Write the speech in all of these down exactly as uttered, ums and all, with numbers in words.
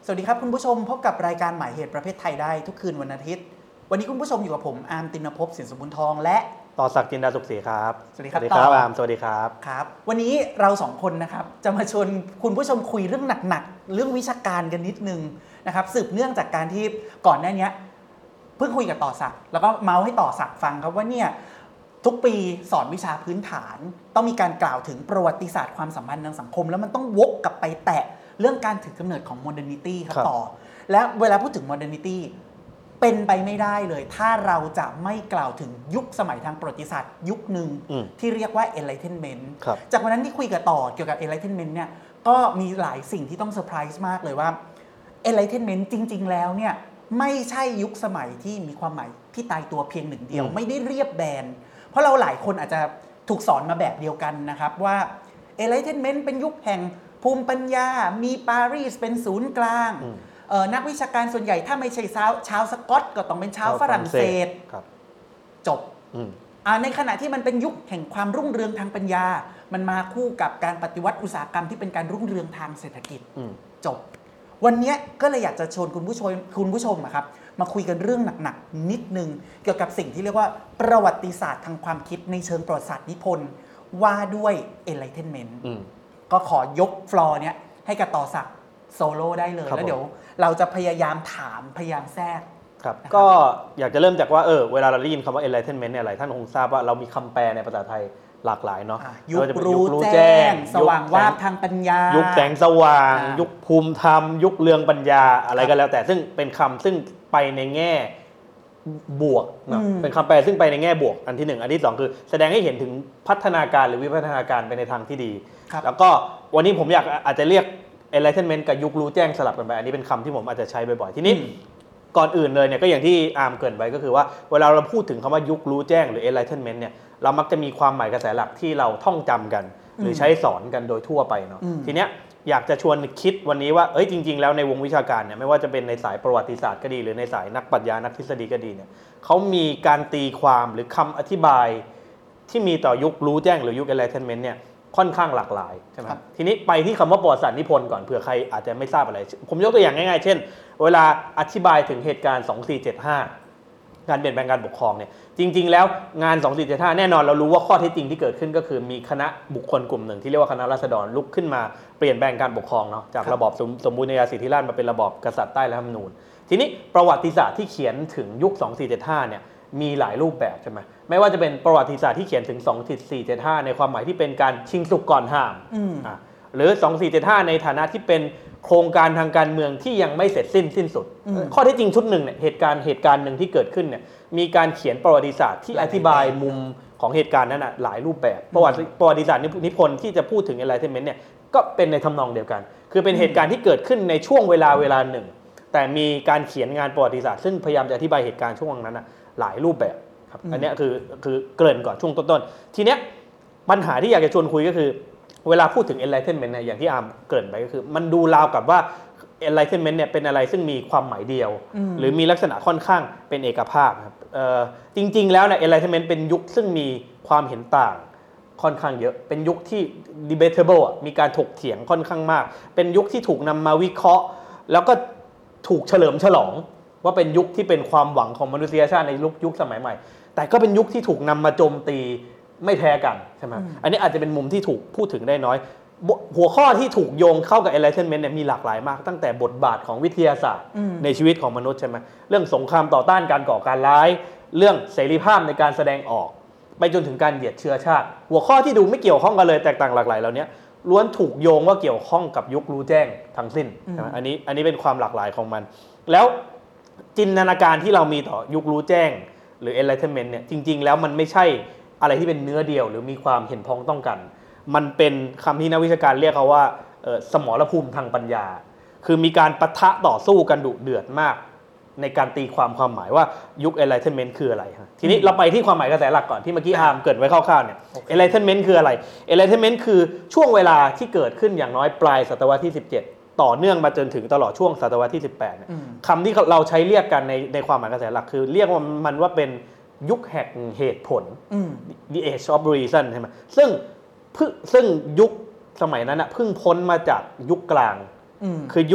สวัสดีครับคุณผู้ชมพบกับรายการหมายเหตุประเภทไทยได้ทุกคืนวันอาทิตย์วันนี้คุณผู้ชมอยู่กับผมอาร์มตินภพสินสมบูรณ์ทองและต่อศักดิ์จินดาสุขศรีครับสวัสดีครับต่ออาร์มสวัสดีครับครับวันนี้เราสองคนนะครับจะมาชวนคุณผู้ชมคุยเรื่องหนักๆเรื่องวิชาการกันนิดนึงนะครับสืบเนื่องจากการที่ก่อนหน้านี้เพิ่งคุยกับต่อศักดิ์แล้วก็เมาส์ให้ต่อศักดิ์ฟังครับว่าเนี่ยทุกปีสอนวิชาพื้นฐานต้องมีการกล่าวถึงประวัติศาสตร์ความสัมพันธ์ทางสังคมแล้วมันต้องวกกลับไปแตะเรื่องการถือกำเนิดของโมเดิร์นิตี้ครับต่อและเวลาพูดถึงโมเดิร์นิตี้เป็นไปไม่ได้เลยถ้าเราจะไม่กล่าวถึงยุคสมัยทางประวัติศาสตร์ยุคหนึ่งที่เรียกว่า Enlightenment จากวันนั้นที่คุยกับต่อเกี่ยวกับ Enlightenment เนี่ยก็มีหลายสิ่งที่ต้องเซอร์ไพรส์มากเลยว่า Enlightenment จริงๆแล้วเนี่ยไม่ใช่ยุคสมัยที่มีความหมายที่ตายตัวเพียงหนึ่งเดียวไม่ได้เรียบแบนเพราะเราหลายคนอาจจะถูกสอนมาแบบเดียวกันนะครับว่า Enlightenment เป็นยุคแห่งภูมิปัญญามีปารีสเป็นศูนย์กลางนักวิชาการส่วนใหญ่ถ้าไม่ใช่ชาวชาวสกอตก็ต้องเป็นชาวฝรั่งเศสจบในขณะที่มันเป็นยุคแห่งความรุ่งเรืองทางปัญญามันมาคู่กับการปฏิวัติอุตสาหกรรมที่เป็นการรุ่งเรืองทางเศรษฐกิจจบวันนี้ก็เลยอยากจะชวนคุณผู้ชมคุณผู้ชมครับมาคุยกันเรื่องหนักๆนิดนึงเกี่ยวกับสิ่งที่เรียกว่าประวัติศาสตร์ทางความคิดในเชิงประวัติศาสตร์นิพนธ์ว่าด้วย Enlightenment ก็ขอยกฟลอร์เนี้ยให้กับต่อศักดิ์โซโล่ได้เลยแล้วเดี๋ยวเราจะพยายามถามพยายามแทรกครับก็อยากจะเริ่มจากว่าเออเวลาเราได้ยินคำว่า Enlightenment เนี่ยหลายท่านคงทราบว่าเรามีคำแปลในภาษาไทยหลากหลายเนาะยุครู้แจ้งสว่างวาบทางปัญญายุคแสงสว่างยุคภูมิธรรมยุคเรืองปัญญาอะไรก็แล้วแต่ซึ่งเป็นคำซึ่งไปในแง่บวกเนาะเป็นคำแปลซึ่งไปในแง่บวกอันที่หนึ่งอันที่สองคือแสดงให้เห็นถึงพัฒนาการหรือวิวัฒนาการไปในทางที่ดีแล้วก็วันนี้ผมอยากอาจจะเรียก Enlightenment กับยุครู้แจ้งสลับกันไปอันนี้เป็นคำที่ผมอาจจะใช้บ่อยๆทีนี้ก่อนอื่นเลยเนี่ยก็อย่างที่อาร์มเกริ่นไว้ก็คือว่าเวลาเราพูดถึงคำว่ายุครู้แจ้งหรือ Enlightenment เนี่ยเรามักจะมีความหมายกระแสหลักที่เราท่องจำกันหรือใช้สอนกันโดยทั่วไปเนาะทีเนี้ยอยากจะชวนคิดวันนี้ว่าเอ้ยจริงๆแล้วในวงวิชาการเนี่ยไม่ว่าจะเป็นในสายประวัติศาสตร์ก็ดีหรือในสายนักปรัชญานักทฤษฎีก็ดีเนี่ยเขามีการตีความหรือคำอธิบายที่มีต่อยุครู้แจ้งหรือยุค Enlightenment เนี่ยค่อนข้างหลากหลายใช่ไหมทีนี้ไปที่คำว่าประวัติศาสตร์นิพนธ์ก่อนเผื่อใครอาจจะไม่ทราบอะไรผมยกตัวอย่างง่ายๆเช่นเวลาอธิบายถึงเหตุการณ์สองสี่เจ็ดห้าการเปลี่ยนแปลงการปกครองเนี่ยจริงๆแล้วงานสองสี่เจ็ดห้าแน่นอนเรารู้ว่าข้อเท็จจริงที่เกิดขึ้นก็คือมีคณะบุคคลกลุ่มหนึ่งที่เรียกว่าคณะราษฎรลุกขึ้นมาเปลี่ยนแปลงการปกครองเนาะจากระบอบสมบูรณาญาสิทธิราชย์มาเป็นระบอบกษัตริย์ใต้รัฐธรรมนูญทีนี้ประวัติศาสตร์ที่เขียนถึงยุคสองสี่เจ็ดห้าเนี่ยมีหลายรูปแบบใช่ไหมไม่ว่าจะเป็นประวัติศาสตร์ที่เขียนถึงสองสี่เจ็ดห้าในความหมายที่เป็นการชิงสุกก่อนห้ามอ่าหรือสองสี่เจ็ดห้าในฐานะที่เป็นโครงการทางการเมืองที่ยังไม่เสร็จสิ้นสิ้นสุดข้อเท็จจริงชุดหนึ่งเนี่ยเหตุการณ์เหตุการณ์หนึ่งที่เกิดขึ้นเนี่ยมีการเขียนประวัติศาสตร์ที่อธิบายมุมของเหตุการณ์นั้นน่ะหลายรูปแบบประวัติประวัติศาสตร์นิพนธ์ที่จะพูดถึง Enlightenment เนี่ยก็เป็นในทำนองเดียวกันคือเป็นเหตุการณ์ที่เกิดขึ้นในช่วงเวลาเวลาหนึ่งแต่มีการเขียนงานประวัติศาสตร์ซึ่งพยายามจะอธิบายเหตุการณ์ช่วงนั้นน่ะหลายรูปแบบครับอันนี้คือคือเกริ่นก่อนช่วงต้นๆทีเนี้ยปัญหาที่อยากจะชวนคุยก็คือเวลาพูดถึง Enlightenment เนี่ยอย่างที่อาร์มเกริ่นไปก็คือมันดูราวกับว่า Enlightenment เนี่ยเป็นอะไรซึ่งมีความหมายเดียวหรือมีลักษณะค่อนข้างเป็นเอกภาพครับจริงๆแล้วเนี่ย Enlightenment เป็นยุคซึ่งมีความเห็นต่างค่อนข้างเยอะเป็นยุคที่ debatable มีการถกเถียงค่อนข้างมากเป็นยุคที่ถูกนำมาวิเคราะห์แล้วก็ถูกเฉลิมฉลองว่าเป็นยุคที่เป็นความหวังของมนุษยชาติในยุคยุคสมัยใหม่แต่ก็เป็นยุคที่ถูกนำมาโจมตีไม่แพ้กันใช่ไหมอันนี้อาจจะเป็นมุมที่ถูกพูดถึงได้น้อยหัวข้อที่ถูกโยงเข้ากับ Enlightenment เนี่ยมีหลากหลายมากตั้งแต่บทบาทของวิทยาศาสตร์ในชีวิตของมนุษย์ใช่ไหมเรื่องสงครามต่อต้านการก่อการร้ายเรื่องเสรีภาพในการแสดงออกไปจนถึงการเหยียดเชื้อชาติหัวข้อที่ดูไม่เกี่ยวข้องกันเลยแตกต่างหลากหลายเหล่านี้ล้วนถูกโยงว่าเกี่ยวข้องกับยุครู้แจ้งทั้งสิ้นอันนี้อันนี้เป็นความหลากหลายของมันแล้วจินตนาการที่เรามีต่อยุครู้แจ้งหรือ Enlightenment เนี่ยจริงๆแล้วมันไม่ใช่อะไรที่เป็นเนื้อเดียวหรือมีความเห็นพ้องต้องกันมันเป็นคำที่นักวิชาการเรียกเขาว่าสมรภูมิทางปัญญาคือมีการปะทะต่อสู้กันดุเดือดมากในการตีความความหมายว่ายุค Enlightenment คืออะไรฮะทีนี้เราไปที่ความหมายกระแสหลักก่อนที่เมื่อกี้อาร์มเกริ่นไว้คร่าวๆเนี่ย Enlightenment คืออะไร Enlightenment คือช่วงเวลาที่เกิดขึ้นอย่างน้อยปลายศตวรรษที่สิบเจ็ดต่อเนื่องมาจนถึงตลอดช่วงศตวรรษที่สิบแปดเนี่ยคำที่เราใช้เรียกกันในในความหมายกระแสหลักคือเรียกว่ามันว่าเป็นยุคแห่งเหตุผล the age of reason ใช่ไหมซึ่งซึ่งยุคสมัยนั้นนะเพิ่งพ้นมาจากยุคกลางคือยุค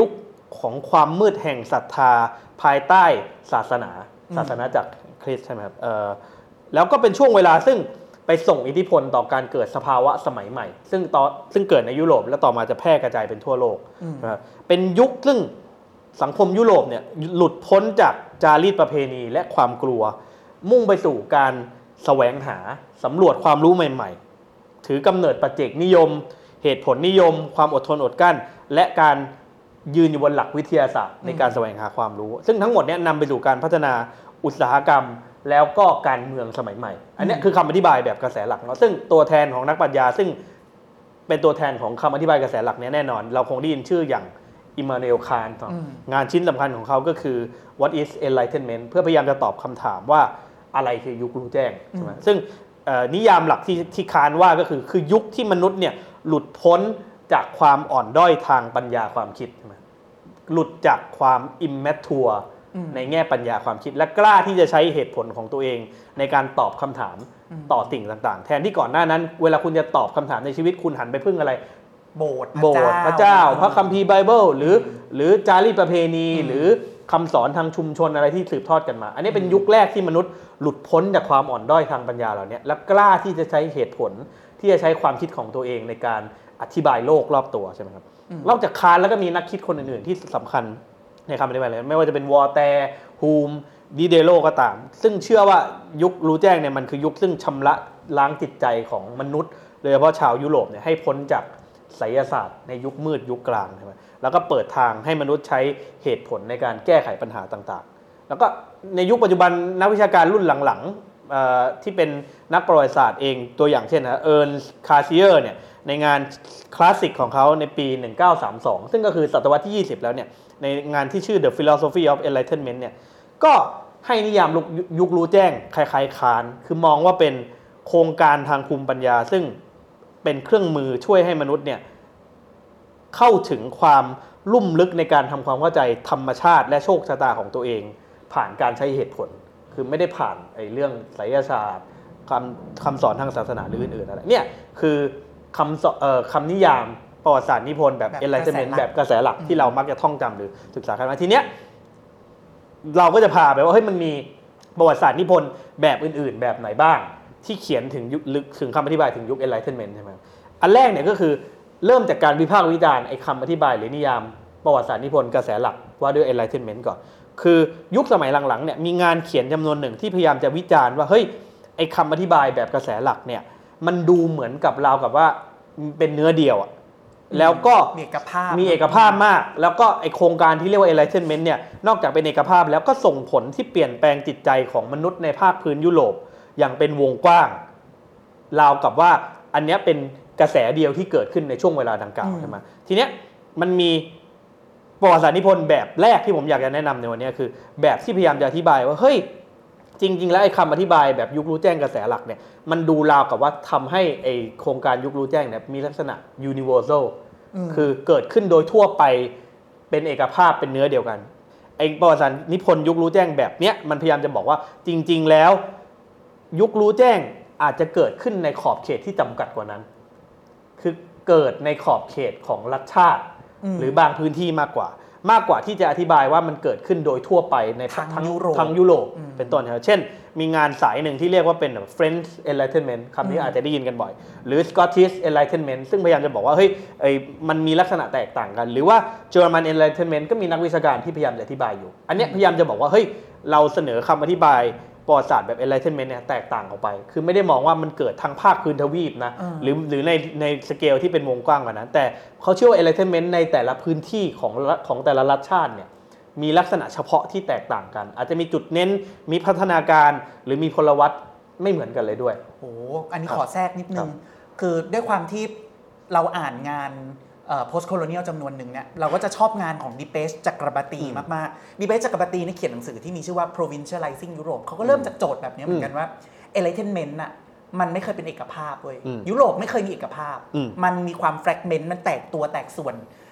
ของความมืดแห่งศรัทธาภายใต้ศาสนาศาสนาจากคริสต์ใช่ไหมครับแล้วก็เป็นช่วงเวลาซึ่งไปส่งอิทธิพลต่อการเกิดสภาวะสมัยใหม่ซึ่งต่อซึ่งเกิดในยุโรปแล้วต่อมาจะแพร่กระจายเป็นทั่วโลกนะครับเป็นยุคซึ่งสังคมยุโรปเนี่ยหลุดพ้นจากจารีตประเพณีและความกลัวมุ่งไปสู่การแสวงหาสำรวจความรู้ใหม่ๆถือกำเนิดปัจเจกนิยมเหตุผลนิยมความอดทนอดกลั้นและการยืนอยู่บนหลักวิทยาศาสตร์ในการแสวงหาความรู้ซึ่งทั้งหมดนี้นำไปสู่การพัฒนาอุตสาหกรรมแล้วก็การเมืองสมัยใหม่อันนี้คือคำอธิบายแบบกระแสหลักเนาะซึ่งตัวแทนของนักปรัชญาซึ่งเป็นตัวแทนของคำอธิบายกระแสหลักนี้แน่นอนเราคงได้ยินชื่ออย่างอิมมานูเอล คานต์งานชิ้นสำคัญของเขาก็คือ What is Enlightenment เพื่อพยายามจะตอบคำถามว่าอะไรคือยุครู้แจ้งใช่ไหมซึ่งนิยามหลักที่ที่คานต์ว่าก็คือคือยุคที่มนุษย์เนี่ยหลุดพ้นจากความอ่อนด้อยทางปัญญาความคิดใช่ไหมหลุดจากความอิมแมททัวร์ในแง่ปัญญาความคิดและกล้าที่จะใช้เหตุผลของตัวเองในการตอบคำถามต่อสิ่งต่างๆแทนที่ก่อนหน้านั้นเวลาคุณจะตอบคำถามในชีวิตคุณหันไปพึ่งอะไรโบสถ์โบสถ์พระเจ้าพระคัมภีร์ไบเบิลหรือหรือจารีตประเพณีหรือคำสอนทางชุมชนอะไรที่สืบทอดกันมาอันนี้เป็นยุคแรกที่มนุษย์หลุดพ้นจากความอ่อนด้อยทางปัญญาเหล่านี้และกล้าที่จะใช้เหตุผลที่จะใช้ความคิดของตัวเองในการอธิบายโลกรอบตัวใช่ไหมครับนอกจากคานต์แล้วก็มีนักคิดคนอื่นๆที่สำคัญในคำอธิบายเลยไม่ว่าจะเป็นวอลแตร์ฮูมดิเดโลก็ตามซึ่งเชื่อว่ายุครู้แจ้งเนี่ยมันคือยุคซึ่งชำระล้างจิตใจของมนุษย์โดยเฉพาะชาวยุโรปเนี่ยให้พ้นจากไสยศาสตร์ในยุคมืดยุคกลางใช่ไหมแล้วก็เปิดทางให้มนุษย์ใช้เหตุผลในการแก้ไขปัญหาต่างๆแล้วก็ในยุคปัจจุบันนักวิชาการรุ่นหลังๆที่เป็นนักประวัติศาสตร์เองตัวอย่างเช่นนะเอิร์นคาซิเออร์เนี่ยในงานคลาสสิกของเขาในปีหนึ่งเก้าสามสองซึ่งก็คือศตวรรษที่ยี่สิบแล้วเนี่ยในงานที่ชื่อ The Philosophy of Enlightenment เนี่ยก็ให้นิยามยุครู้แจ้งคล้ายๆคานต์คือมองว่าเป็นโครงการทางภูมิปัญญาซึ่งเป็นเครื่องมือช่วยให้มนุษย์เนี่ยเข้าถึงความลุ่มลึกในการทำความเข้าใจธรรมชาติและโชคชะตาของตัวเองผ่านการใช้เหตุผลคือไม่ได้ผ่านไอ้เรื่องไสยศาสตร์คำคำสอนทางศาสนาหรืออื่นๆอะไรเนี่ยคือคำเอ่อคำนิยามประวัติศาสตร์นิพนธ์แบบ Enlightenment แบบกระแสหลักที่เรามักจะท่องจำหรือศึกษากันมาทีเนี้ยเราก็จะพาไปว่าเฮ้ยมันมีประวัติศาสตร์นิพนธ์แบบอื่นๆแบบไหนบ้างที่เขียนถึงยุคลึกถึงคำอธิบายถึงยุค Enlightenment ใช่ไหมอันแรกเนี่ยก็คือเริ่มจากการวิพากษ์วิจารณ์ไอ้คำอธิบายหรือนิยามประวัติศาสตร์นิพนธ์กระแสหลักว่าด้วย Enlightenment ก่อนคือยุคสมัยหลังๆเนี่ยมีงานเขียนจำนวนหนึ่งที่พยายามจะวิจารณ์ว่าเฮ้ยไอ้คำอธิบายแบบกระแสหลักเนี่ยมันดูเหมือนกับราวกับว่าเป็นเนื้อเดียวอะแล้วก็มีเอกภาพมีเอกภาพมากแล้วก็ไอโครงการที่เรียกว่า Enlightenment เนี่ยนอกจากเป็นเอกภาพแล้วก็ส่งผลที่เปลี่ยนแปลงจิตใจของมนุษย์ในภาคพื้นยุโรปอย่างเป็นวงกว้างราวกับว่าอันนี้เป็นกระแสเดียวที่เกิดขึ้นในช่วงเวลาดังกล่าวใช่ไหมทีเนี้ยมันมีประวัติศาสตร์นิพนธ์แบบแรกที่ผมอยากจะแนะนำในวันนี้คือแบบที่พยายามจะอธิบายว่าเฮ้ยจริงๆแล้วไอ้คำอธิบายแบบยุครู้แจ้งกระแสหลักเนี่ยมันดูราวกับว่าทำให้ไอ้โครงการยุครู้แจ้งเนี่ยมีลักษณะ universal คือเกิดขึ้นโดยทั่วไปเป็นเอกภาพเป็นเนื้อเดียวกันไอ้ประวัติศาสตร์นิพนธ์ยุครู้แจ้งแบบเนี้ยมันพยายามจะบอกว่าจริงๆแล้วยุครู้แจ้งอาจจะเกิดขึ้นในขอบเขตที่จำกัดกว่านั้นคือเกิดในขอบเขตของรัฐชาติหรือบางพื้นที่มากกว่ามากกว่าที่จะอธิบายว่ามันเกิดขึ้นโดยทั่วไปในทั้งยุโรปทั้งยุโรปเป็นต้นเช่นมีงานสายหนึ่งที่เรียกว่าเป็น French Enlightenment คำนี้อาจจะได้ยินกันบ่อยหรือ Scottish Enlightenment ซึ่งพยายามจะบอกว่าเฮ้ยไอ้มันมีลักษณะแตกต่างกันหรือว่า German Enlightenment ก็มีนักวิชาการที่พยายามจะอธิบายอยู่อันนี้พยายามจะบอกว่าเฮ้ยเราเสนอคำอธิบายประวัติศาสตร์แบบ Enlightenment เนี่ยแตกต่างออกไปคือไม่ได้มองว่ามันเกิดทางภาคพื้นทวีปนะหรือหรือในในสเกลที่เป็นวงกว้างกว่านั้นแต่เขาเชื่อว่า Enlightenment ในแต่ละพื้นที่ของของแต่ละรัฐชาติเนี่ยมีลักษณะเฉพาะที่แตกต่างกันอาจจะมีจุดเน้นมีพัฒนาการหรือมีพลวัตไม่เหมือนกันเลยด้วยโอ้อันนี้ขอแทรกนิดนึงคือด้วยความที่เราอ่านงานpost colonial จำนวนหนึ่งเนี่ยเราก็จะชอบงานของดิเปชจักรบตีมากๆดิเปชจักรบตีนี่เขียนหนังสือที่มีชื่อว่า provincializing Europe เขาก็เริ่มจากโจทย์แบบนี้เหมือนกันว่า enlightenment น่ะมันไม่เคยเป็นเอกภาพเว้ยยุโรปไม่เคยมีเอกภาพมันมีความ fragment มันแตกตัวแตกส่วน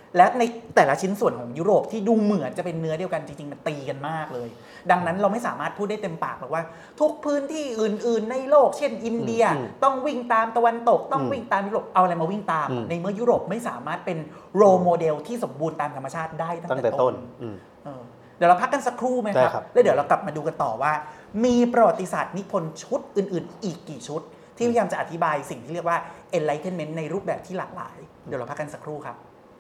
และในแต่ละชิ้นส่วนของยุโรปที่ดูเหมือนจะเป็นเนื้อเดียวกันจริงๆมันตีกันมากเลยดังนั้นเราไม่สามารถพูดได้เต็มปากหรอกว่าทุกพื้นที่อื่นๆในโลกเช่นอินเดียต้องวิ่งตามตะวันตกต้องวิ่งตามยุโรปเอาอะไรมาวิ่งตามในเมื่อยุโรปไม่สามารถเป็นโรลโมเดลที่สมบูรณ์ตามธรรมชาติได้ตั้งแต่ต้นเดี๋ยวเราพักกันสักครู่ไหมครับแล้วเดี๋ยวเรากลับมาดูกันต่อว่ามีประวัติศาสตร์นิพนธ์ชุดอื่นๆอีกกี่ชุดที่พยายามจะอธิบายสิ่งที่เรียกว่า enlightenment ในรูปแบบที่หลากหลายเดี๋ยวเราพักกันสักครู่ครับ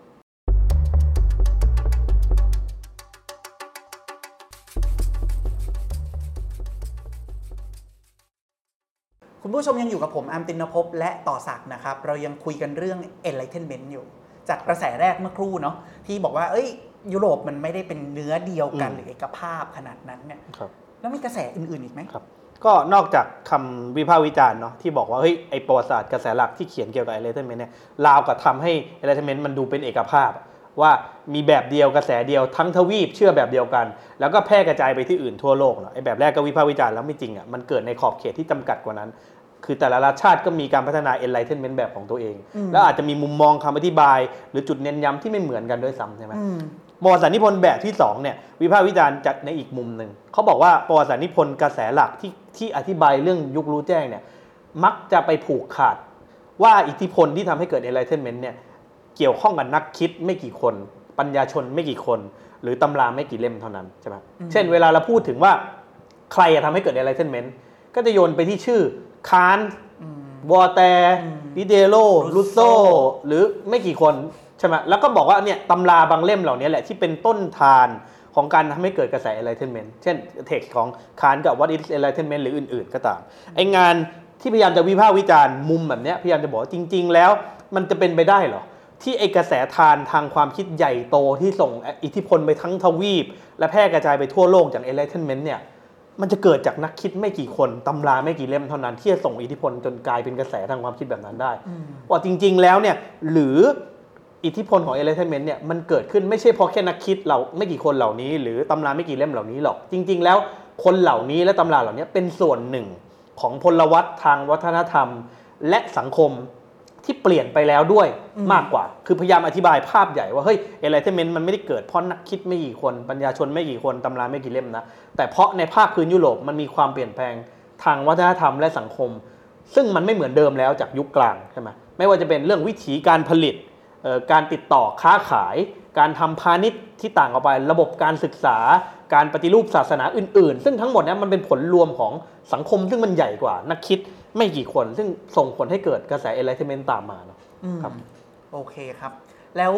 คุณผู้ชมยังอยู่กับผมอาร์มตินภพและต่อศักดิ์นะครับเรายังคุยกันเรื่อง enlightenment อยู่จากกระแสแรกเมื่อครู่เนาะที่บอกว่าเอ้ยยุโรปมันไม่ได้เป็นเนื้อเดียวกันหรือเอกภาพขนาดนั้นเนี่ยแล้วมีกระแสอื่นๆอีกไหมครับก็นอกจากคำวิพากษ์วิจารณ์เนาะที่บอกว่าเฮ้ยไอประวัติศาสตร์กระแสหลักที่เขียนเกี่ยวกับ enlightenment เนี่ยราวกับทำให้ enlightenment มันดูเป็นเอกภาพว่ามีแบบเดียวกระแสเดียวทั้งทวีปเชื่อแบบเดียวกันแล้วก็แพร่กระจายไปที่อื่นทั่วโลกเนาะไอแบบแรกก็วิพากษ์วิจารณ์แล้วไม่จริงอ่ะมันเกิดในขอบเขตที่จำกัดกว่านั้นคือแต่ละรัฐชาติก็มีการพัฒนา enlightenment แบบของตัวเองแล้วอาจจะมีมุมมองคำอธิบายหรือจุดเน้นย้ำที่ไม่เหมือนกันด้วยซ้ำใช่ไหมประวัติศาสตร์นิพนธ์แบบที่สองเนี่ยวิพากษ์วิจารณ์จากในอีกมุมหนึ่งเขาบอกว่าประวัติศาสตร์นิพนธ์กระแสหลักที่ที่อธิบายเรื่องยุครู้แจ้งเนี่ยมักจะไปผูกขาดว่าอิทธิพลที่ทำให้เกิด enlightenment เนี่ยเกี่ยวข้องกับนักคิดไม่กี่คนปัญญาชนไม่กี่คนหรือตำราไม่กี่เล่มเท่านั้นใช่ไหมเช่นเวลาเราพูดถึงว่าใครทำให้เกิด enlightenment ก็จะโยนไปที่ชื่อคานต์วอลแตร์ดิเดโรรูโซหรือไม่กี่คนใช่ไหมแล้วก็บอกว่าเนี่ยตำราบางเล่มเหล่านี้แหละที่เป็นต้นทานของการทำให้เกิดกระแส enlightenment เช่นเท็กซ์ของคานต์กับ what is enlightenment หรืออื่นๆก็ตามไองานที่พยายามจะวิพากษ์วิจารณ์มุมแบบนี้พยายามจะบอกจริงๆแล้วมันจะเป็นไปได้เหรอที่ไอกระแสทานทางความคิดใหญ่โตที่ส่งอิทธิพลไปทั้งทวีปและแพร่กระจายไปทั่วโลกจาก enlightenment เนี่ยมันจะเกิดจากนักคิดไม่กี่คนตำราไม่กี่เล่มเท่านั้นที่จะส่งอิทธิพลจนกลายเป็นกระแสทางความคิดแบบนั้นได้ว่าจริงๆแล้วเนี่ยหรืออิทธิพลของ enlightenment เนี่ยมันเกิดขึ้นไม่ใช่เพราะแค่นักคิดเราไม่กี่คนเหล่านี้หรือตำราไม่กี่เล่มเหล่านี้หรอกจริงๆแล้วคนเหล่านี้และตำราเหล่านี้เป็นส่วนหนึ่งของพลวัตทางวัฒนธรรมและสังคมที่เปลี่ยนไปแล้วด้วยมากกว่าคือพยายามอธิบายภาพใหญ่ว่าเฮ้ย enlightenment มันไม่ได้เกิดเพราะนักคิดไม่กี่คนปัญญาชนไม่กี่คนตำราไม่กี่เล่มนะแต่เพราะในภาคพื้นยุโรปมันมีความเปลี่ยนแปลงทางวัฒนธรรมและสังคมซึ่งมันไม่เหมือนเดิมแล้วจากยุคกลางใช่ไหมไม่ว่าจะเป็นเรื่องวิธีการผลิตการติดต่อค้าขายการทำพาณิชย์ที่ต่างออกไประบบการศึกษาการปฏิรูปศาสนาอื่นๆซึ่งทั้งหมดนี้มันเป็นผลรวมของสังคมซึ่งมันใหญ่กว่านักคิดไม่กี่คนซึ่งส่งผลให้เกิดกระแส enlightenment ตามมาเนาะครับโอเคครับแล้ว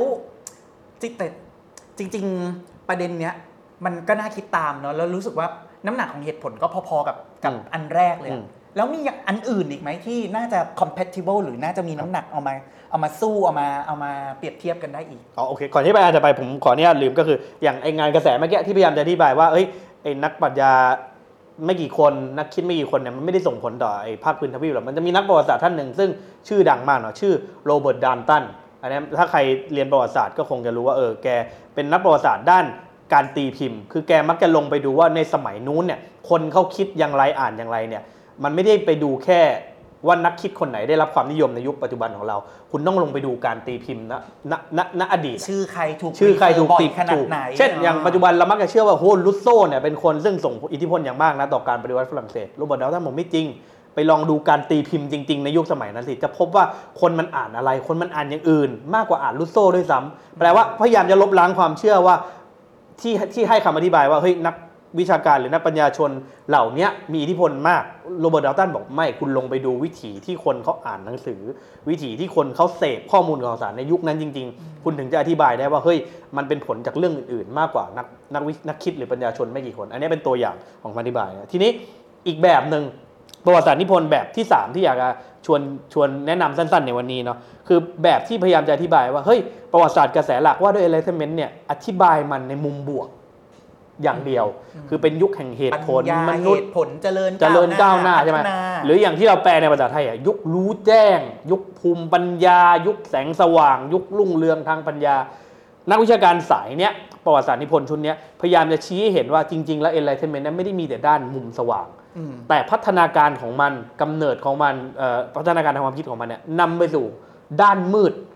จริงๆประเด็นเนี้ยมันก็น่าคิดตามเนาะแล้วรู้สึกว่าน้ำหนักของเหตุผลก็พอๆกับกับอันแรกเลยแล้วมีอันอื่นอีกไหมที่น่าจะ compatible หรือน่าจะมีน้ำหนักเอามาเอามาสู้เอามาเอามาเปรียบเทียบกันได้อีกอ๋อโอเคก่อนที่ไปอาจจะไปผมขออนุญาตลืมก็คืออย่างไองานกระแสเมื่อกี้ที่พยายามจะอธิบายว่าเอ้ยไอ้นักปรัชญาไม่กี่คนนักคิดไม่กี่คนเนี่ยมันไม่ได้ส่งผลต่อไอ้ภาคพื้นทวีปหรอกมันจะมีนักประวัติศาสตร์ท่านหนึ่งซึ่งชื่อดังมากเนาะชื่อโรเบิร์ตดันตันอันนี้ถ้าใครเรียนประวัติศาสตร์ก็คงจะรู้ว่าเออแกเป็นนักประวัติศาสตร์ด้านการตีพิมพ์คือแกมักจะลงไปดูว่าในสมัยนู้นเนี่ยคนเขาคิดอย่างไรอ่านอย่างไรเนี่ยมันไม่ได้ไปดูแค่ว่านักคิดคนไหนได้รับความนิยมในยุคปัจจุบันของเราคุณต้องลงไปดูการตีพิมพ์ณณณณอดีตชื่อใครถูกชื่อใครถูกตีขนาดไหนเช่นอย่างปัจจุบันเรามักจะเชื่อว่าโฮลุสโซเนี่ยเป็นคนซึ่งส่งอิทธิพลอย่างมากนะต่อการปฏิวัติฝรั่งเศสโรเบิร์ตดัลตันบอกไม่จริงไปลองดูการตีพิมพ์จริงๆในยุคสมัยนั้นสิจะพบว่าคนมันอ่านอะไรคนมันอ่านอย่างอื่นมากกว่าอ่านลุสโซด้วยซ้ำแปลว่าพยายามจะลบล้างความเชื่อว่าที่ที่ให้คำอธิบายว่าเฮ้ยนักวิชาการหรือนักปัญญาชนเหล่านี้มีอิทธิพลมากโรเบิร์ตดัลตันบอกไม่คุณลงไปดูวิถีที่คนเขาอ่านหนังสือวิถีที่คนเขาเสพข้อมูลข่าวสารในยุคนั้นจริงๆคุณถึงจะอธิบายได้ว่าเฮ้ยมันเป็นผลจากเรื่องอื่นๆมากกว่านักนักนักคิดหรือปัญญาชนไม่กี่คนอันนี้เป็นตัวอย่างของอธิบายนะทีนี้อีกแบบนึงประวัติศาสตร์นิพนธ์แบบที่สามที่อยากจะชวนชวนแนะนำสั้นๆในวันนี้เนาะคือแบบที่พยายามจะอธิบายว่าเฮ้ยประวัติศาสตร์กระแสหลักว่าด้วย enlightenment เนี่ยอธิบายมันในมุมบวกอย่างเดียวคือเป็นยุคแห่งเหตุผลมนุษย์ผลเจริญเจริญก้าวหน้าใช่ไหมหรืออย่างที่เราแปลในภาษาไทยอ่ะยุครู้แจ้งยุคภูมิปัญญายุคแสงสว่างยุครุ่งเรืองทางปัญญานักวิชาการสายเนี้ยประวัติศาสตร์นิพนธ์ชุดนี้พยายามจะชี้ให้เห็นว่าจริงๆแล้ว enlightenment นั้นไม่ได้มีแต่ด้านมุมสว่างแต่พัฒนาการของมันกำเนิดของมันพัฒนาการทางความคิดของมันเนี่ยนำไปสู่ด้านมืด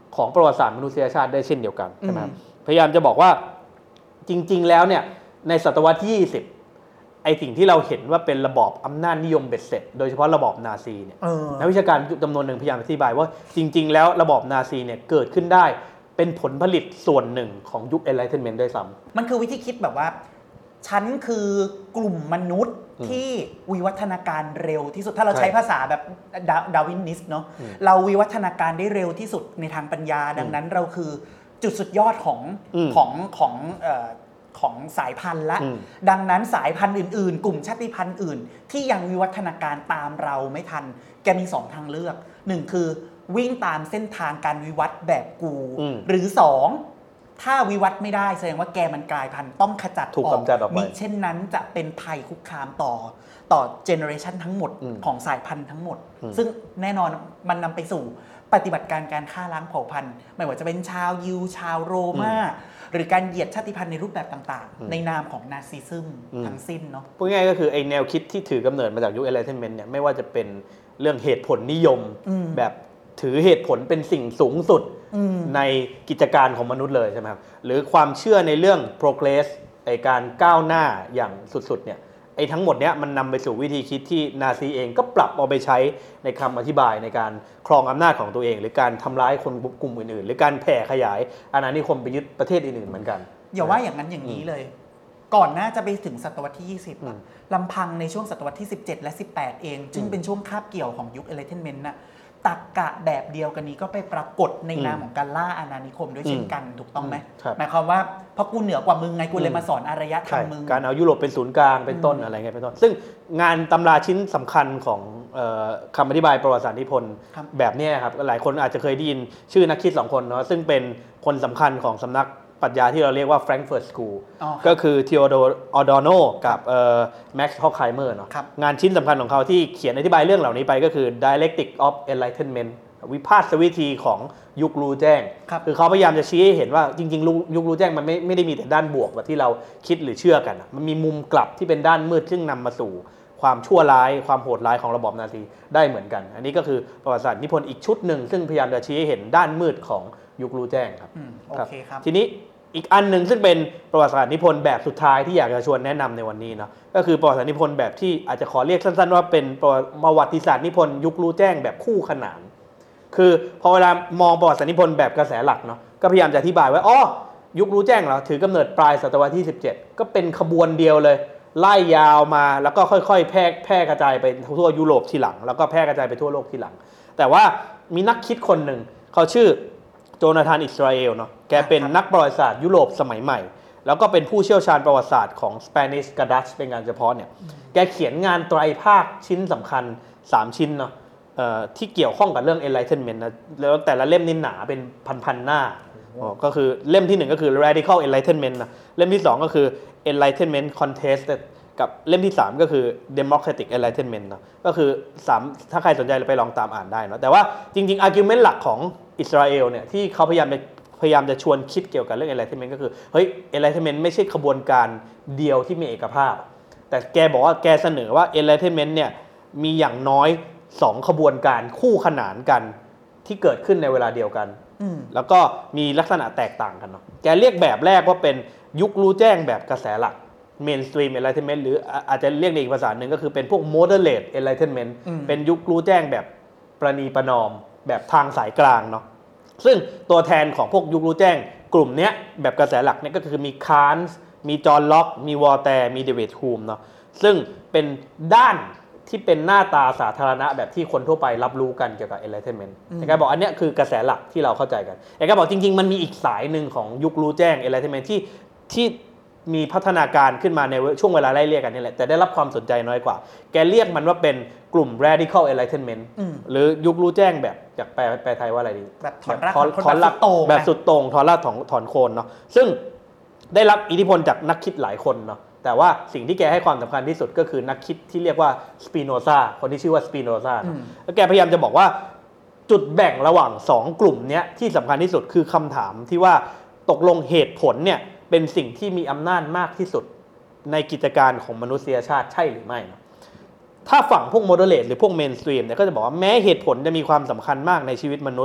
ของประวัติศาสตร์มนุษยชาติได้เช่นเดียวกันใช่ไหมพยายามจะบอกว่าจริงๆแล้วเนี่ยในศตวรรษที่ยี่สิบไอสิ่งที่เราเห็นว่าเป็นระบอบอำนาจนิยมเบ็ดเสร็จโดยเฉพาะระบอบนาซีเนี่ยนักวิชาการจำนวนหนึ่งพยายามอธิบายว่าจริงๆแล้วระบอบนาซีเนี่ยเกิดขึ้นได้เป็นผลผลิตส่วนหนึ่งของยุค Enlightenment ด้วยซ้ำมันคือวิธีคิดแบบว่าฉันคือกลุ่มมนุษย์ที่วิวัฒนาการเร็วที่สุดถ้าเราใช้ภาษาแบบดาร์วินิสต์เนาะเราวิวัฒนาการได้เร็วที่สุดในทางปัญญาดังนั้นเราคือจุดสุดยอดของของของเอ่อของสายพันธุ์ละดังนั้นสายพันธุ์อื่นๆกลุ่มชาติพันธุ์อื่นที่ยังวิวัฒนาการตามเราไม่ทันแกมีสองทางเลือกหนึ่งคือวิ่งตามเส้นทางการวิวัฒน์แบบกูหรือสองถ้าวิวัฒน์ไม่ได้แสดงว่าแกมันกลายพันธุ์ต้องขจัดออกมิเช่นนั้นจะเป็นภัยคุกคามต่อต่อเจเนอเรชันทั้งหมดของสายพันธุ์ทั้งหมดซึ่งแน่นอนมันนำไปสู่ปฏิบัติการการฆ่าล้างเผ่าพันธุ์ไม่ว่าจะเป็นชาวยิวชาวโรม่าหรือการเหยียดชาติพันธุ์ในรูปแบบต่างๆในนามของนาซิซึมทั้งสิ้นเนาะพูดง่ายๆก็คือไอแนวคิดที่ถือกำเนิดมาจากยุค Enlightenment เนี่ยไม่ว่าจะเป็นเรื่องเหตุผลนิยมแบบถือเหตุผลเป็นสิ่งสูงสุดในกิจการของมนุษย์เลยใช่ไหมครับหรือความเชื่อในเรื่อง progress ไอการก้าวหน้าอย่างสุดๆเนี่ยไอทั้งหมดเนี้ยมันนำไปสู่วิธีคิดที่นาซีเองก็ปรับเอาไปใช้ในคำอธิบายในการครองอำนาจของตัวเองหรือการทำร้ายคนกลุ่มอื่นๆหรือการแผ่ขยายอาณานิคมไปยึดประเทศอื่นๆเหมือนกันอย่าว่าอย่างนั้นอย่างนี้เลยก่อนหน้าจะไปถึงศตวรรษที่ยี่สิบลำพังในช่วงศตวรรษที่สิบเจ็ดและสิบแปดเองซึ่งเป็นช่วงคาบเกี่ยวของยุค Enlightenment น่ะตรรกะแบบเดียวกันนี้ก็ไปปรากฏในนามของการล่าอาณานิคมด้วยเช่นกันถูกต้องไหมหมายความว่าเพราะกูเหนือกว่ามึงไงกูเลยมาสอนอารยธรรมมึงการเอายุโรปเป็นศูนย์กลางเป็นต้นอะไรเงี้ยเป็นต้นซึ่งงานตำราชิ้นสำคัญของคำอธิบายประวัติศาสตร์นิพนธ์แบบนี้ครับหลายคนอาจจะเคยได้ยินชื่อนักคิดสองคนเนาะซึ่งเป็นคนสำคัญของสำนักปรัชญาที่เราเรียกว่า Frankfurt School ก็คือ Theodor Adorno กับแม็กซ์ฮอกไฮเมอร์เนาะงานชิ้นสำคัญของเขาที่เขียนอธิบายเรื่องเหล่านี้ไปก็คือ Dialectic of Enlightenment วิพากษวิธีของยุครู้แจ้งคือเขาพยายามจะชี้ให้เห็นว่าจริงๆยุครู้แจ้งมันไม่ไม่ได้มีแต่ด้านบวกแบบที่เราคิดหรือเชื่อกันมันมีมุมกลับที่เป็นด้านมืดซึ่งนำมาสู่ความชั่วร้ายความโหดร้ายของระบอบนาซีได้เหมือนกันอันนี้ก็คือประวัติศาสตร์นิพนธ์อีกชุดหนึ่งซึ่งพยายามจะชี้ให้เห็นด้านมืดของยุครู้แจ้งครับโอเคครับทีนี้อีกอันหนึ่งซึ่งเป็นประวัติศาสตร์นิพนธ์แบบสุดท้ายที่อยากจะชวนแนะนำในวันนี้เนาะก็คือประวัติศาสตร์นิพนธ์แบบที่อาจจะขอเรียกสั้นๆว่าเป็นประวัติศาสตร์นิพนธ์ยุครู้แจ้งแบบคู่ขนานคือพอเวลามองประวัติศาสตร์นิพนธ์แบบกระแสหลักเนาะก็พยายามจะอธิบายว่าอ๋อยุครู้แจ้งเหรอถือกำเนิดปลายศตวรรษที่สิบเจ็ดก็เป็นขบวนเดียวเลยไล่ยาวมาแล้วก็ค่อยๆแพร่แพร่กระจายไปทั่วยุโรปทีหลังแล้วก็แพร่กระจายไปทั่วโลกทีหลังแต่ว่ามีนักคิดคนหนึ่งเขาชื่อโจนาธานอิสราเอลเนาะแกเป็นนักประวัติศาสตร์ยุโรปสมัยใหม่แล้วก็เป็นผู้เชี่ยวชาญประวัติศาสตร์ของสเปนิชกับดัตช์เป็นงานเฉพาะเนี่ยแกเขียนงานไตรภาคชิ้นสำคัญสามชิ้นเนาะที่เกี่ยวข้องกับเรื่อง Enlightenment นะแล้วแต่ละเล่มนี่หนาเป็นพันๆหน้าก็คือเล่มที่หนึ่งก็คือ Radical Enlightenment นะเล่มที่สองก็คือ Enlightenment Contested กับเล่มที่สามก็คือ Democratic Enlightenment นะก็คือสามถ้าใครสนใจไปลองตามอ่านได้เนาะแต่ว่าจริงๆ argument หลักของอิสราเอลเนี่ยที่เขาพยายามจะพยายามจะชวนคิดเกี่ยวกับเรื่อง Enlightenment ก็คือเฮ้ย Enlightenment ไม่ใช่ขบวนการเดียวที่มีเอกภาพแต่แกบอกว่าแกเสนอว่า Enlightenment เนี่ยมีอย่างน้อยสองขบวนการคู่ขนานกันที่เกิดขึ้นในเวลาเดียวกันแล้วก็มีลักษณะแตกต่างกันเนาะแกเรียกแบบแรกว่าเป็นยุครู้แจ้งแบบกระแสหลัก Mainstream Enlightenment หรืออาจจะเรียกในอีกภาษาหนึ่งก็คือเป็นพวก Moderate Enlightenment เป็นยุครู้แจ้งแบบประนีประนอมแบบทางสายกลางเนาะซึ่งตัวแทนของพวกยุครู้แจ้งกลุ่มนี้แบบกระแสหลักเนี่ยก็คือมีคานส์มีจอห์นล็อกมีวอลแตร์มีเดวิดฮูมเนาะซึ่งเป็นด้านที่เป็นหน้าตาสาธารณะแบบที่คนทั่วไปรับรู้กันเกี่ยวกับ Enlightenment แต่แกบอกอันนี้คือกระแสหลักที่เราเข้าใจกันแต่แกบอกจริงๆมันมีอีกสายหนึ่งของยุครู้แจ้ง Enlightenment ที่ที่มีพัฒนาการขึ้นมาในช่วงเวลาไล่เรียกกันนี่แหละแต่ได้รับความสนใจน้อยกว่าแกเรียกมันว่าเป็นกลุ่ม Radical Enlightenment หรือยุครู้แจ้งแบบจากแปลแปลไทยว่าอะไรดีแบบถอนรากถอนรากแบบสุดโต่งถอนรากถอนถอนโคนเนาะซึ่งได้รับอิทธิพลจากนักคิดหลายคนเนาะแต่ว่าสิ่งที่แกให้ความสำคัญที่สุดก็คือนักคิดที่เรียกว่าสปิโนซาคนที่ชื่อว่าสปิโนซาแล้วแกพยายามจะบอกว่าจุดแบ่งระหว่างสองกลุ่มนี้ที่สำคัญที่สุดคือคำถามที่ว่าตกลงเหตุผลเนี่ยเป็นสิ่งที่มีอำนาจมากที่สุดในกิจการของมนุษยชาติใช่หรือไม่ถ้าฝั่งพวกโมเดเลตหรือพวกเมนสตรีมเนี่ยก็จะบอกว่าแม้เหตุผลจะมีความสำคัญมากในชีวิตมนุษย์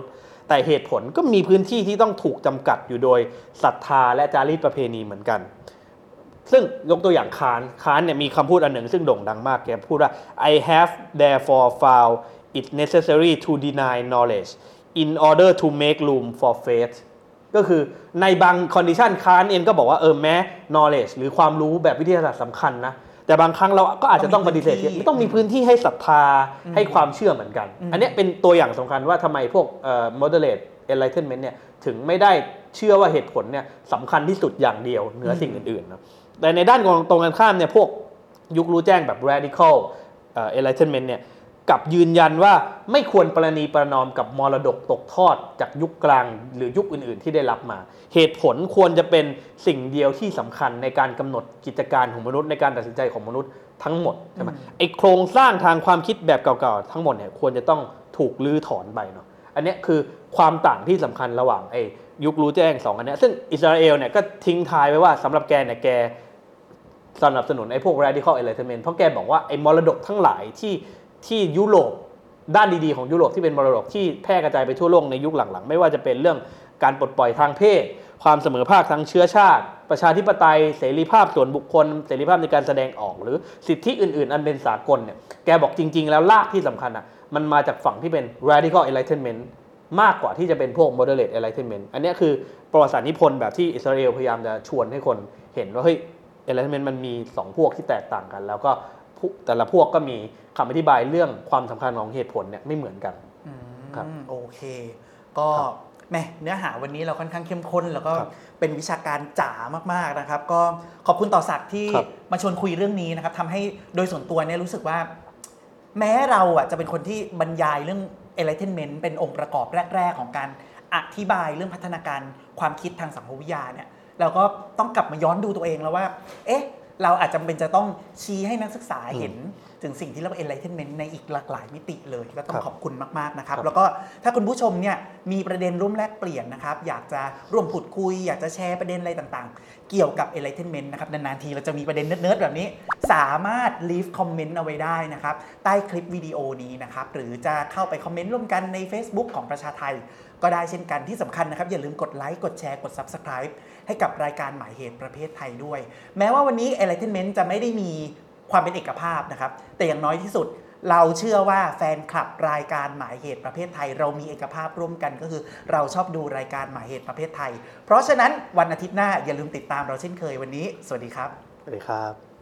แต่เหตุผลก็มีพื้นที่ที่ต้องถูกจำกัดอยู่โดยศรัทธาและจารีตประเพณีเหมือนกันซึ่งยกตัวอย่างคานคานเนี่ยมีคำพูดอันหนึ่งซึ่งโด่งดังมากแกพูดว่า I have therefore found it necessary to deny knowledge in order to make room for faith ก็คือในบางคอนดิชันคานเองก็บอกว่าเออแม้ knowledge หรือความรู้แบบวิทยาศาสตร์สำคัญนะแต่บางครั้งเราก็อาจจะต้องปฏิเสธไม่ต้องมีพื้นที่ให้ศรัทธาให้ความเชื่อเหมือนกันอันนี้เป็นตัวอย่างสำคัญว่าทำไมพวก moderate enlightenment เนี่ยถึงไม่ได้เชื่อว่าเหตุผลเนี่ยสำคัญที่สุดอย่างเดียวเหนือสิ่งอื่นๆนะแต่ในด้านตรงกันข้ามเนี่ยพวกยุครู้แจ้งแบบ radical enlightenment เนี่ยกับยืนยันว่าไม่ควรประนีประนอมกับมรดกตกทอดจากยุคกลางหรือยุคอื่นๆที่ได้รับมาเหตุผลควรจะเป็นสิ่งเดียวที่สำคัญในการกำหนดกิจการของมนุษย์ในการตัดสินใจของมนุษย์ทั้งหมดใช่ไหมไอโครงสร้างทางความคิดแบบเก่าๆทั้งหมดเนี่ยควรจะต้องถูกลื้อถอนไปเนาะอันนี้คือความต่างที่สำคัญระหว่างไอยุครู้แจ้งสองอันนี้ซึ่งอิสราเอลเนี่ยก็ทิ้งท้ายไว้ว่าสำหรับแกเนี่ยแกสนับสนุนไอ้พวก radical enlightenment เพราะแกบอกว่าไอ้มรดกทั้งหลายที่ที่ยุโรปด้านดีๆของยุโรปที่เป็นมรดกที่แพร่กระจายไปทั่วโลกในยุคหลังๆไม่ว่าจะเป็นเรื่องการปลดปล่อยทางเพศความเสมอภาคทางเชื้อชาติประชาธิปไตยเสรีภาพส่วนบุคคลเสรีภาพในการแสดงออกหรือสิทธิอื่นๆอันเป็นสากลเนี่ยแกบอกจริงๆแล้วรากที่สำคัญอ่ะมันมาจากฝั่งที่เป็น radical enlightenment มากกว่าที่จะเป็นพวก moderate enlightenment อันนี้คือประวัติศาสตร์นิพนธ์แบบที่อิสราเอลพยายามจะชวนให้คนเห็นว่าเฮ้ย enlightenment มันมีสองพวกที่แตกต่างกันแล้วก็แต่ละพวกก็มีคำอธิบายเรื่องความสำคัญของเหตุผลเนี่ยไม่เหมือนกันครับโอเคก็แม่เนื้อหาวันนี้เราค่อนข้างเข้มข้นแล้วก็เป็นวิชาการจ๋ามากๆนะครับก็ขอบคุณต่อศักดิ์ที่มาชวนคุยเรื่องนี้นะครับทำให้โดยส่วนตัวเนี่ยรู้สึกว่าแม้เราอ่ะจะเป็นคนที่บรรยายเรื่อง enlightenment เป็นองค์ประกอบแรกๆของการอธิบายเรื่องพัฒนาการความคิดทางสังคมวิทยาเนี่ยเราก็ต้องกลับมาย้อนดูตัวเองแล้วว่าเอ๊ะเราอาจจะเป็นจะต้องชี้ให้นักศึกษาเห็นถึงสิ่งที่เรียกว่า enlightenment ในอีกหลากหลายมิติเลยก็ต้องขอบคุณมากๆนะครับแล้วก็ถ้าคุณผู้ชมเนี่ยมีประเด็นร่วมแลกเปลี่ยนนะครับอยากจะร่วมพูดคุยอยากจะแชร์ประเด็นอะไรต่างๆเกี่ยวกับ enlightenment นะครับนานๆทีเราจะมีประเด็นเนิร์ดๆแบบนี้สามารถ leave comment เอาไว้ได้นะครับใต้คลิปวิดีโอนี้นะครับหรือจะเข้าไปคอมเมนต์ร่วมกันใน Facebook ของประชาไทยก็ได้เช่นกันที่สำคัญนะครับอย่าลืมกดไลค์กดแชร์กด Subscribe ให้กับรายการหมายเหตุประเภทไทยด้วยแม้ว่าวันนี้ Enlightenment จะไม่ได้มีความเป็นเอกภาพนะครับแต่อย่างน้อยที่สุดเราเชื่อว่าแฟนคลับรายการหมายเหตุประเภทไทยเรามีเอกภาพร่วมกันก็คือเราชอบดูรายการหมายเหตุประเภทไทยเพราะฉะนั้นวันอาทิตย์หน้าอย่าลืมติดตามเราเช่นเคยวันนี้สวัสดีครับสวัสดีครับ